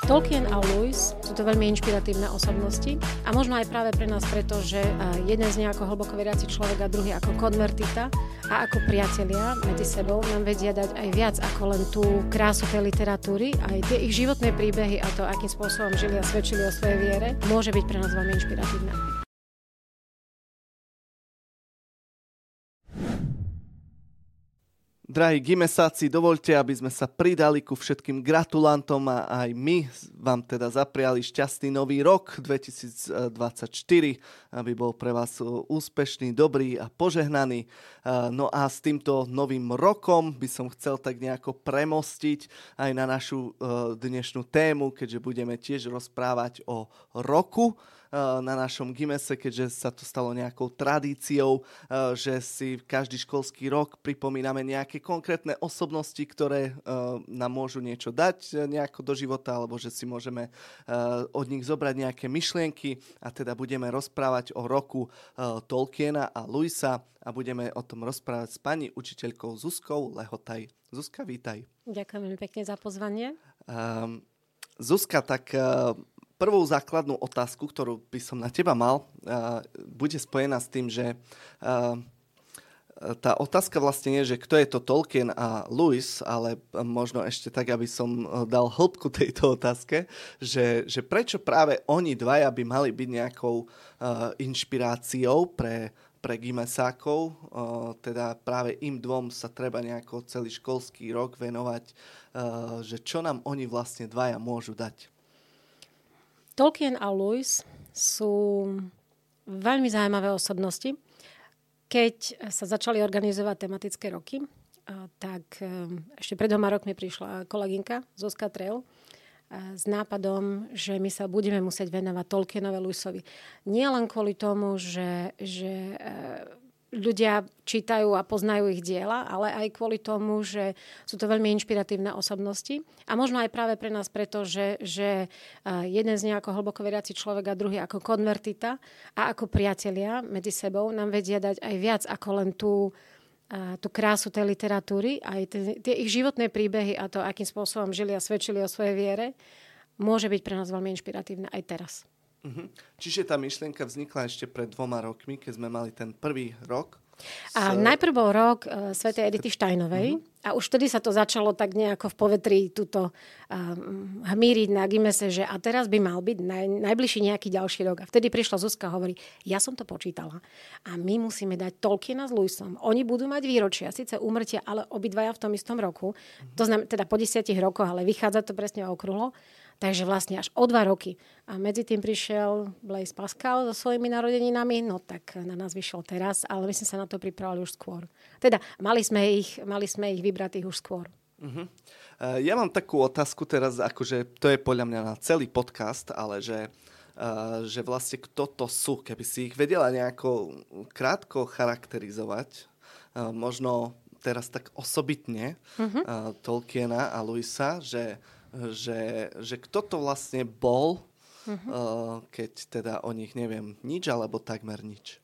Tolkien a Lewis sú to veľmi inšpiratívne osobnosti a možno aj práve pre nás preto, že jeden z nich ako hlboko veriaci človek a druhý ako konvertita a ako priatelia medzi sebou nám vedia dať aj viac ako len tú krásu tej literatúry, aj tie ich životné príbehy a to, akým spôsobom žili a svedčili o svojej viere, môže byť pre nás veľmi inšpiratívne. Drahí Gimesáci, dovoľte, aby sme sa pridali ku všetkým gratulantom a aj my vám teda zapriali šťastný nový rok 2024, aby bol pre vás úspešný, dobrý a požehnaný. No a s týmto novým rokom by som chcel tak nejako premostiť aj na našu dnešnú tému, keďže budeme tiež rozprávať o roku na našom Gimese, keďže sa to stalo nejakou tradíciou, že si každý školský rok pripomíname nejaké konkrétne osobnosti, ktoré nám môžu niečo dať nejako do života, alebo že si môžeme od nich zobrať nejaké myšlienky a teda budeme rozprávať o roku Tolkiena a Lewisa a budeme o tom rozprávať s pani učiteľkou Zuzkou Lehotaj. Zuzka, vítaj. Ďakujem veľmi pekne za pozvanie. Zuzka, tak prvou základnú otázku, ktorú by som na teba mal, bude spojená s tým, že tá otázka vlastne je, že kto je to Tolkien a Lewis, ale možno ešte tak, aby som dal hĺbku tejto otázke, že prečo práve oni dvaja by mali byť nejakou inšpiráciou pre gimesákov, teda práve im dvom sa treba nejako celý školský rok venovať, že čo nám oni vlastne dvaja môžu dať. Tolkien a Lewis sú veľmi zaujímavé osobnosti. Keď sa začali organizovať tematické roky, tak ešte pred 2 rokmi prišla kolegynka Zuzka Trel s nápadom, že my sa budeme musieť venovať Tolkienovi a Lewisovi. Nie len kvôli tomu, že ľudia čítajú a poznajú ich diela, ale aj kvôli tomu, že sú to veľmi inšpiratívne osobnosti. A možno aj práve pre nás preto, že jeden z nich ako hlboko veriaci človek a druhý ako konvertita a ako priatelia medzi sebou nám vedia dať aj viac ako len tú krásu tej literatúry, aj tie ich životné príbehy a to, akým spôsobom žili a svedčili o svojej viere, môže byť pre nás veľmi inšpiratívne aj teraz. Čiže tá myšlienka vznikla ešte pred 2 rokmi, keď sme mali ten prvý rok. Najprv bol rok svätej Edity Steinovej a už vtedy sa to začalo tak nejako v povetrí tuto hmíriť na Gimese, že a teraz by mal byť najbližší nejaký ďalší rok. A vtedy prišla Zuzka a hovorí, ja som to počítala a my musíme dať Tolkiena s Lewisom. Oni budú mať výročia, síce úmrtia, ale obidvaja v tom istom roku. To znamená teda po 10 rokoch, ale vychádza to presne okrúhlo. Takže vlastne až o 2 roky. A medzi tým prišiel Blaise Pascal so svojimi narodeninami, no tak na nás vyšiel teraz, ale my sme sa na to pripravili už skôr. Teda mali sme ich vybratých už skôr. Ja mám takú otázku teraz, akože to je podľa mňa na celý podcast, ale že vlastne kto to sú, keby si ich vedela nejako krátko charakterizovať, možno teraz tak osobitne Tolkiena a Lewisa, že kto to vlastne bol, keď teda o nich neviem nič, alebo takmer nič.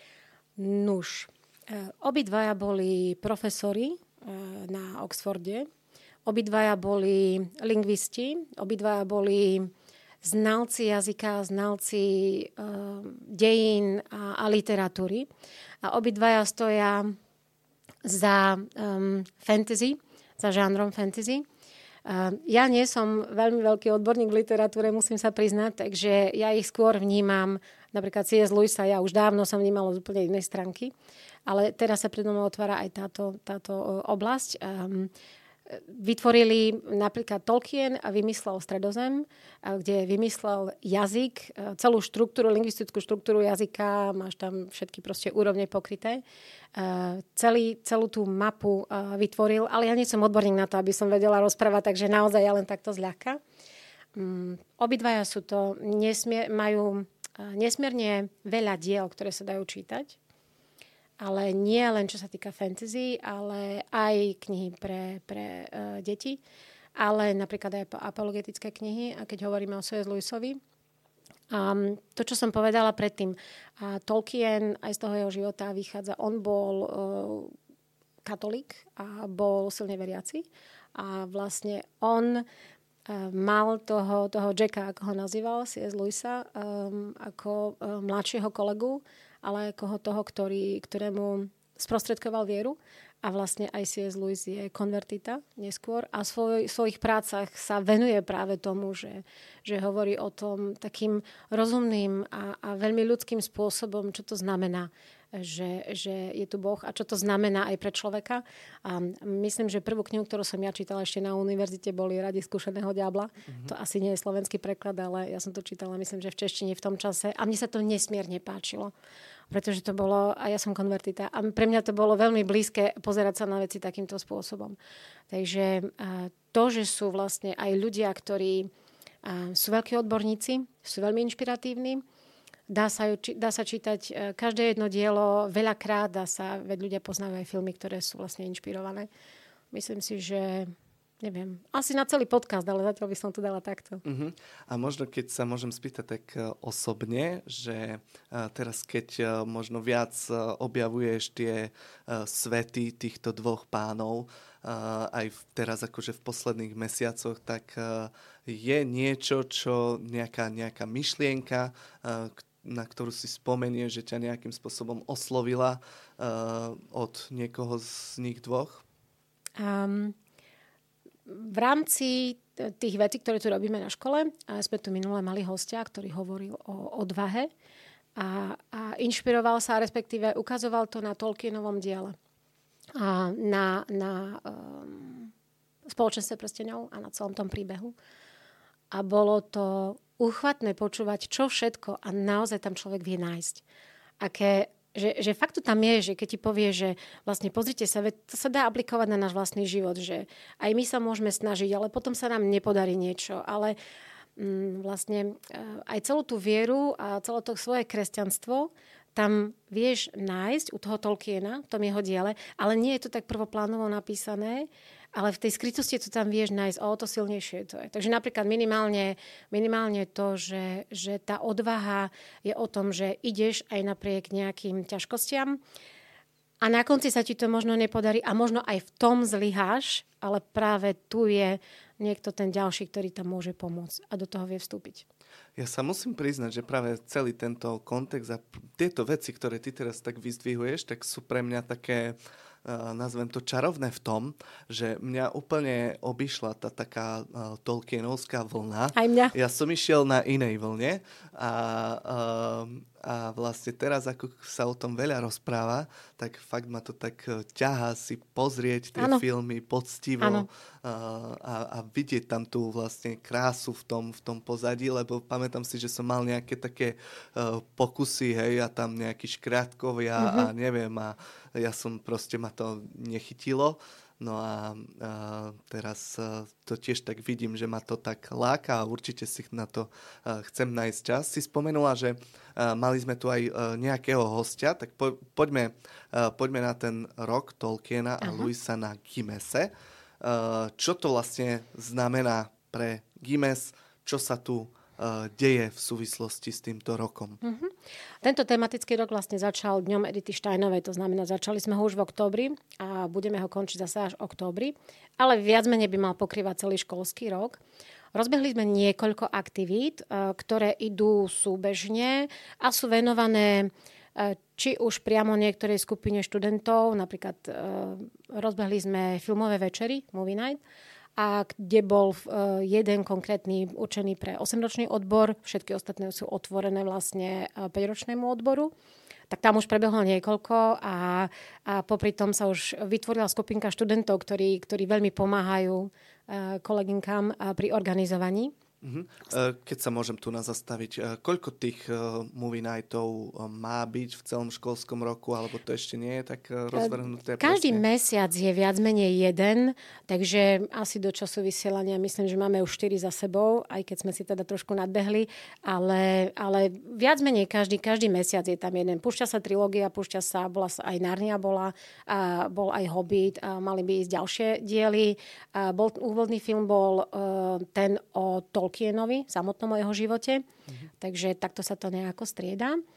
Nuž, obidvaja boli profesori na Oxforde, obidvaja boli lingvisti, obidvaja boli znalci jazyka, znalci dejín a literatúry. A obidvaja stoja za fantasy, za žánrom fantasy. Ja nie som veľmi veľký odborník v literatúre, musím sa priznať, takže ja ich skôr vnímam, napríklad C.S. Lewisa, ja už dávno som vnímala z úplne inej stránky, ale teraz sa pred mnou otvára aj táto oblasť. Vytvorili napríklad Tolkien a vymyslel Stredozem, kde vymyslel jazyk, celú štruktúru, lingvistickú štruktúru jazyka, máš tam všetky proste úrovne pokryté. Celú tú mapu vytvoril, ale ja nie som odborník na to, aby som vedela rozprávať, takže naozaj ja len takto zľahka. Obidvaja sú to, majú nesmierne veľa diel, ktoré sa dajú čítať. Ale nie len čo sa týka fantasy, ale aj knihy pre deti, ale napríklad aj apologetické knihy, a keď hovoríme o C.S. Lewisovi. To, čo som povedala predtým, Tolkien aj z toho jeho života vychádza, on bol katolík a bol silne veriaci a vlastne on mal toho Jacka, ako ho nazýval, C.S. Lewisa, ako mladšieho kolegu, ale ako toho, ktorému sprostredkoval vieru. A vlastne aj C.S. Lewis je konvertita neskôr a v svojich prácach sa venuje práve tomu, že hovorí o tom takým rozumným a veľmi ľudským spôsobom, čo to znamená, že je tu Boh a čo to znamená aj pre človeka. A myslím, že prvú knihu, ktorú som ja čítala ešte na univerzite, boli Rady skúšeného diabla. To asi nie je slovenský preklad, ale ja som to čítala, myslím, že v češtine v tom čase. A mne sa to nesmierne páčilo. Pretože to bolo, a ja som konvertita, a pre mňa to bolo veľmi blízke pozerať sa na veci takýmto spôsobom. Takže to, že sú vlastne aj ľudia, ktorí sú veľkí odborníci, sú veľmi inšpiratívni, dá sa čítať každé jedno dielo veľakrát, veď ľudia poznajú aj filmy, ktoré sú vlastne inšpirované. Myslím si, že neviem, asi na celý podcast, ale zatiaľ by som to dala takto. A možno keď sa môžem spýtať tak osobne, že teraz keď možno viac objavuješ tie svety týchto dvoch pánov, aj teraz akože v posledných mesiacoch, tak je niečo, čo nejaká myšlienka, na ktorú si spomenie, že ťa nejakým spôsobom oslovila od niekoho z nich dvoch? V rámci tých vecí, ktoré tu robíme na škole, sme tu minule mali hostia, ktorý hovoril o odvahe a inšpiroval sa, respektíve ukazoval to na Tolkienovom diele. A na Spoločenstve prsteňov a na celom tom príbehu. A bolo to úchvatné počúvať, čo všetko a naozaj tam človek vie nájsť. Že fakt to tam je, že keď ti povie, že vlastne pozrite sa, to sa dá aplikovať na náš vlastný život, že aj my sa môžeme snažiť, ale potom sa nám nepodarí niečo. Ale vlastne aj celú tú vieru a celé to svoje kresťanstvo tam vieš nájsť u toho Tolkiena, v tom jeho diele, ale nie je to tak prvoplánovo napísané, ale v tej skrytosti to tam vieš nájsť, o to silnejšie to je. Takže napríklad minimálne to, že tá odvaha je o tom, že ideš aj napriek nejakým ťažkostiam a na konci sa ti to možno nepodarí a možno aj v tom zlyháš, ale práve tu je niekto ten ďalší, ktorý tam môže pomôcť a do toho vie vstúpiť. Ja sa musím priznať, že práve celý tento kontext a tieto veci, ktoré ty teraz tak vyzdvihuješ, tak sú pre mňa také, nazvem to čarovné v tom, že mňa úplne obišla tá taká Tolkienovská vlna. Aj mňa. Ja som išiel na inej vlne a vlastne teraz, ako sa o tom veľa rozpráva, tak fakt ma to tak ťahá si pozrieť tie filmy poctivo a vidieť tam tú vlastne krásu v tom pozadí, lebo pamätám si, že som mal nejaké také pokusy, hej, a tam nejaký škrátkovia a neviem, a ja som proste, ma to nechytilo. No a teraz to tiež tak vidím, že ma to tak láka a určite si na to chcem nájsť čas. Si spomenula, že mali sme tu aj nejakého hostia, tak poďme na ten rok Tolkiena a Lewisa na Gimese. Čo to vlastne znamená pre Gimes? Čo sa tu deje v súvislosti s týmto rokom? Tento tematický rok vlastne začal dňom Edity Steinovej, to znamená, začali sme ho už v októbri a budeme ho končiť zase až v októbri, ale viac menej by mal pokrývať celý školský rok. Rozbehli sme niekoľko aktivít, ktoré idú súbežne a sú venované či už priamo niektorej skupine študentov, napríklad rozbehli sme filmové večery, Movie Night, a kde bol jeden konkrétny určený pre 8-ročný odbor, všetky ostatné sú otvorené vlastne 5-ročnému odboru. Tak tam už prebehlo niekoľko a popri tom sa už vytvorila skupinka študentov, ktorí veľmi pomáhajú koleginkám pri organizovaní. Keď sa môžem tu zastaviť, koľko tých movie nightov má byť v celom školskom roku, alebo to ešte nie je tak rozvrhnuté? Každý mesiac je viac menej jeden, takže asi do času vysielania myslím, že máme už 4 za sebou, aj keď sme si teda trošku nadbehli, ale viac menej každý mesiac je tam jeden. Púšťa sa trilógia, bola aj Narnia bol aj Hobbit, mali by ísť ďalšie diely. Úvodný film bol ten o Tolkienovi, samotnom o jeho živote. Takže takto sa to nejako strieda.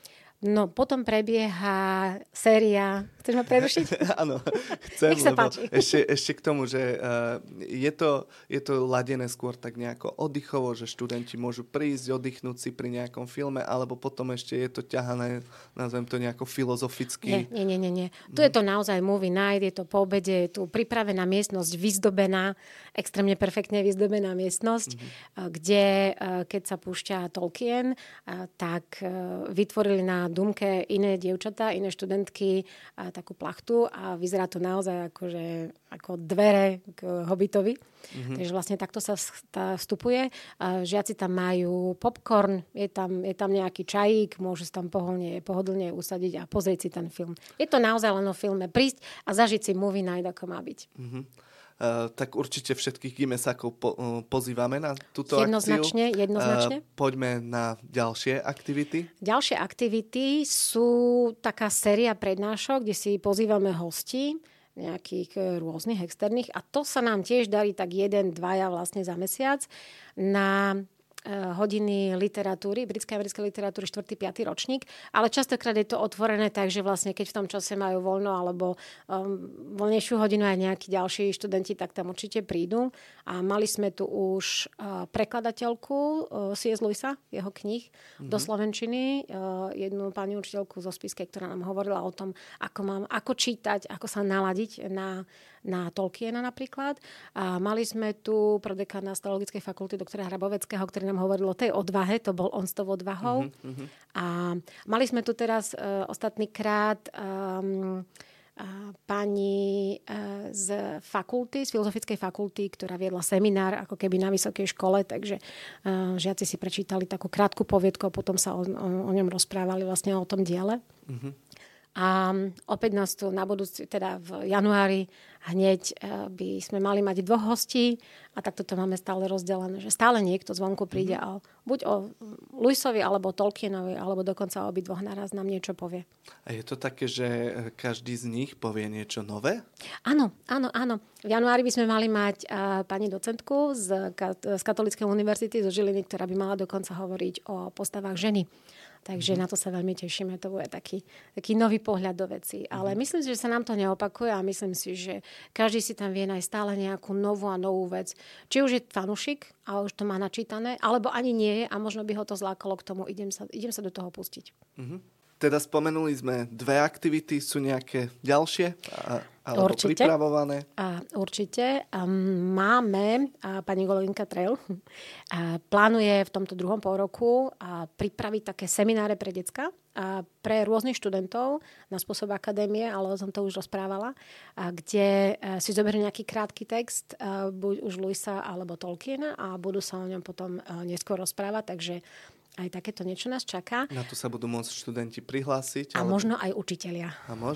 Mhm. No, potom prebieha séria. Chceš ma prerušiť? Áno, chcem, Nech sa lebo páči. ešte k tomu, že je to ladené skôr tak nejako oddychovo, že študenti môžu prísť, oddychnúť si pri nejakom filme, alebo potom ešte je to ťahané, nazvem to nejako filozoficky. Nie. Tu je to naozaj movie night, je to po obede, je tu pripravená miestnosť, vyzdobená, extrémne perfektne vyzdobená miestnosť, kde keď sa púšťa Tolkien, tak vytvorili na Dumke iné dievčatá, iné študentky takú plachtu a vyzerá to naozaj ako dvere k Hobbitovi. Takže vlastne takto sa vstupuje. Žiaci tam majú popcorn, je tam nejaký čajík, môžu sa tam pohodlne usadiť a pozrieť si ten film. Je to naozaj len o filme. Prísť a zažiť si movie night, ako má byť. Tak určite všetkých gimesákov pozývame na túto Jednoznačne. Poďme na ďalšie aktivity. Ďalšie aktivity sú taká séria prednášok, kde si pozývame hostí, nejakých rôznych externých. A to sa nám tiež darí tak 1-2 vlastne za mesiac na hodiny literatúry, britskej a americkej literatúry 4. 5. ročník, ale častokrát je to otvorené tak, že vlastne keď v tom čase majú voľno alebo voľnejšiu hodinu aj nejakí ďalší študenti, tak tam určite prídu. A mali sme tu už prekladateľku C.S. Lewisa, jeho kníh do slovenčiny, jednu pani učiteľku zo Spiskej, ktorá nám hovorila o tom, ako čítať, ako sa naladiť na Tolkiena napríklad. A mali sme tu prodekána z Teologickej fakulty doktora Hraboveckého, ktorý nám hovoril o tej odvahe, to bol on s tou odvahou. A mali sme tu teraz ostatný krát pani z fakulty, z filozofickej fakulty, ktorá viedla seminár ako keby na vysokej škole, takže žiaci si prečítali takú krátku poviedku a potom sa o ňom rozprávali vlastne o tom diele. A opäť nás tu na budúci, teda v januári hneď by sme mali mať 2 hostí a takto to máme stále rozdelené, že stále niekto zvonku príde a buď o Lewisovi, alebo Tolkienovi, alebo dokonca o obidvoch naraz nám niečo povie. A je to také, že každý z nich povie niečo nové? Áno. V januári by sme mali mať pani docentku z Katolíckej univerzity zo Žiliny, ktorá by mala dokonca hovoriť o postavách ženy. Takže na to sa veľmi tešíme. To bude taký nový pohľad do vecí. Ale myslím si, že sa nám to neopakuje a myslím si, že každý si tam vie nájsť stále nejakú novú vec. Či už je fanušik a už to má načítané, alebo ani nie je a možno by ho to zlákalo k tomu. Idem sa do toho pustiť. Teda spomenuli sme 2 aktivity, sú nejaké ďalšie? Alebo Určite. Pripravované? Určite. Máme, pani Golinka Trail plánuje v tomto 2. pôroku pripraviť také semináre pre decka pre rôznych študentov na spôsob akadémie, ale som to už rozprávala, kde si zoberú nejaký krátky text, buď už Lewisa alebo Tolkiena a budú sa o ňom potom neskôr rozprávať, takže aj takéto niečo nás čaká. Na to sa budú môcť študenti prihlásiť. A možno aj učitelia.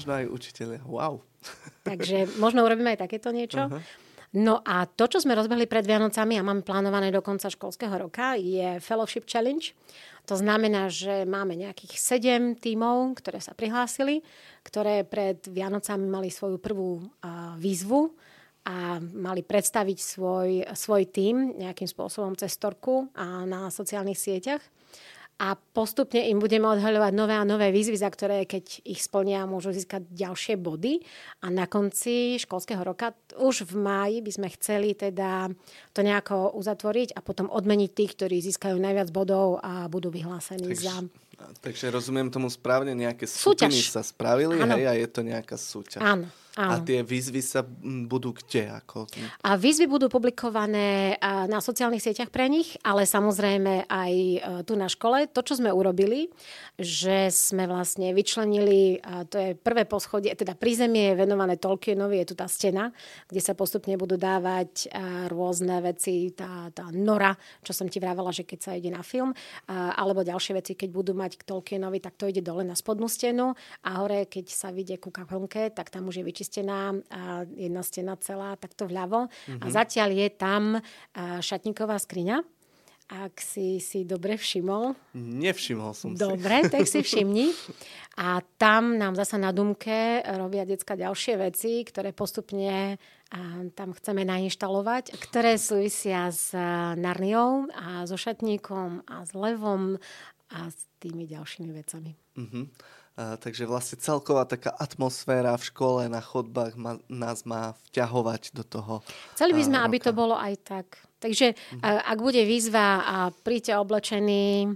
Wow. Takže možno urobíme aj takéto niečo. No a to, čo sme rozbehli pred Vianocami a máme plánované do konca školského roka, je Fellowship Challenge. To znamená, že máme nejakých 7 tímov, ktoré sa prihlásili, ktoré pred Vianocami mali svoju prvú výzvu a mali predstaviť svoj tím nejakým spôsobom cez storku a na sociálnych sieťach. A postupne im budeme odhaľovať nové a nové výzvy, za ktoré, keď ich splnia, môžu získať ďalšie body. A na konci školského roka, už v máji, by sme chceli teda to nejako uzatvoriť a potom odmeniť tých, ktorí získajú najviac bodov a budú vyhlásení za... Takže rozumiem tomu správne, nejaké skupiny sa spravili, hej, a je to nejaká súťaž. Áno. A tie výzvy sa budú kde? A výzvy budú publikované na sociálnych sieťach pre nich, ale samozrejme aj tu na škole. To, čo sme urobili, že sme vlastne vyčlenili, to je prvé poschodie, teda prízemie je venované Tolkienovi, je tu tá stena, kde sa postupne budú dávať rôzne veci, tá nora, čo som ti vravela, že keď sa ide na film, alebo ďalšie veci, keď budú mať k Tolkienovi, tak to ide dole na spodnú stenu a hore, keď sa vidie ku kaplnke, tak tam už je vyčistená jedna stena celá, takto vľavo. A zatiaľ je tam šatníková skriňa. Ak si dobre všimol. Nevšimol som si. Dobre, tak si všimni. A tam nám zasa na Dumke robia decka ďalšie veci, ktoré postupne tam chceme nainštalovať, ktoré súvisia s Narniou a so šatníkom a s levom a s tými ďalšími vecami. Takže vlastne celková taká atmosféra v škole, na chodbách nás má vťahovať do toho. Chceli by sme, roka. aby to bolo aj tak. Takže ak bude výzva a príďte oblečení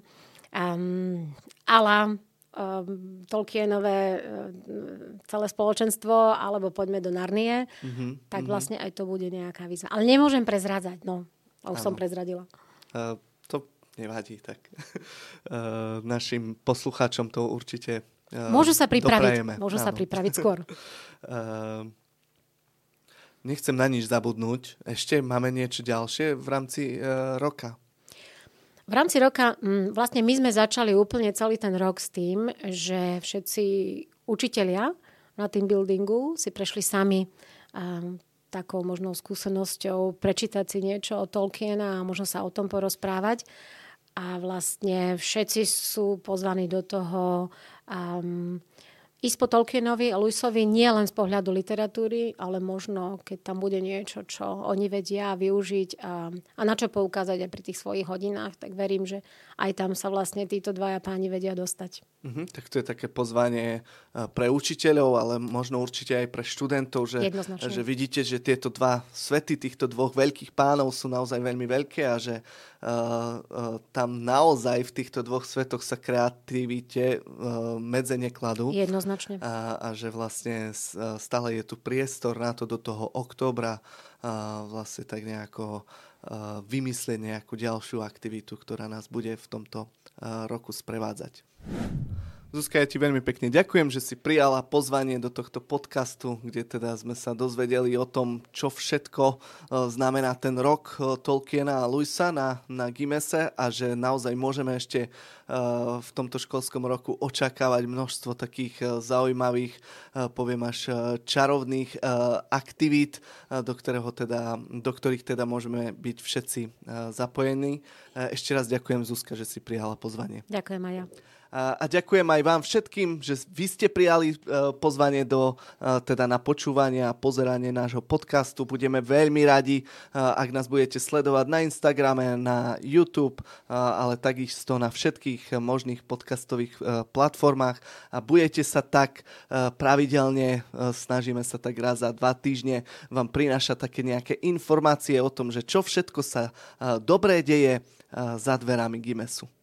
ala Tolkienové celé spoločenstvo, alebo poďme do Narnie, tak vlastne aj to bude nejaká výzva. Ale nemôžem prezrádzať, no. Už som prezradila. To nevadí, tak. Našim poslucháčom to určite môžu sa pripraviť. doprajeme. Môžu sa pripraviť skôr. Nechcem na nič zabudnúť. Ešte máme niečo ďalšie v rámci roka? V rámci roka, vlastne my sme začali úplne celý ten rok s tým, že všetci učitelia na team buildingu si prešli sami takou možnou skúsenosťou prečítať si niečo o Tolkiena a možno sa o tom porozprávať. A vlastne všetci sú pozvaní do toho ísť po Tolkienovi a Lewisovi nie len z pohľadu literatúry, ale možno, keď tam bude niečo, čo oni vedia využiť a na čo poukázať aj pri tých svojich hodinách, tak verím, že aj tam sa vlastne títo dvaja páni vedia dostať. Tak to je také pozvanie pre učiteľov, ale možno určite aj pre študentov, že vidíte, že tieto dva svety týchto dvoch veľkých pánov sú naozaj veľmi veľké a že tam naozaj v týchto dvoch svetoch sa kreativite medze nekladú. Jednoznačne. A že vlastne stále je tu priestor na to do toho októbra vlastne tak nejako vymyslieť nejakú ďalšiu aktivitu, ktorá nás bude v tomto roku sprevádzať. Zuzka, ja ti veľmi pekne ďakujem, že si prijala pozvanie do tohto podcastu, kde teda sme sa dozvedeli o tom, čo všetko znamená ten rok Tolkiena a Lewisa na Gimese a že naozaj môžeme ešte v tomto školskom roku očakávať množstvo takých zaujímavých, poviem až čarovných aktivít, do ktorých teda môžeme byť všetci zapojení. Ešte raz ďakujem, Zuzka, že si prijala pozvanie. Ďakujem aj ja. A ďakujem aj vám všetkým, že vy ste prijali pozvanie teda na počúvanie a pozeranie nášho podcastu. Budeme veľmi radi, ak nás budete sledovať na Instagrame, na YouTube, ale takisto na všetkých možných podcastových platformách a budete sa tak pravidelne, snažíme sa tak raz za 2 týždne vám prinášať také nejaké informácie o tom, že čo všetko sa dobré deje za dverami Gimesu.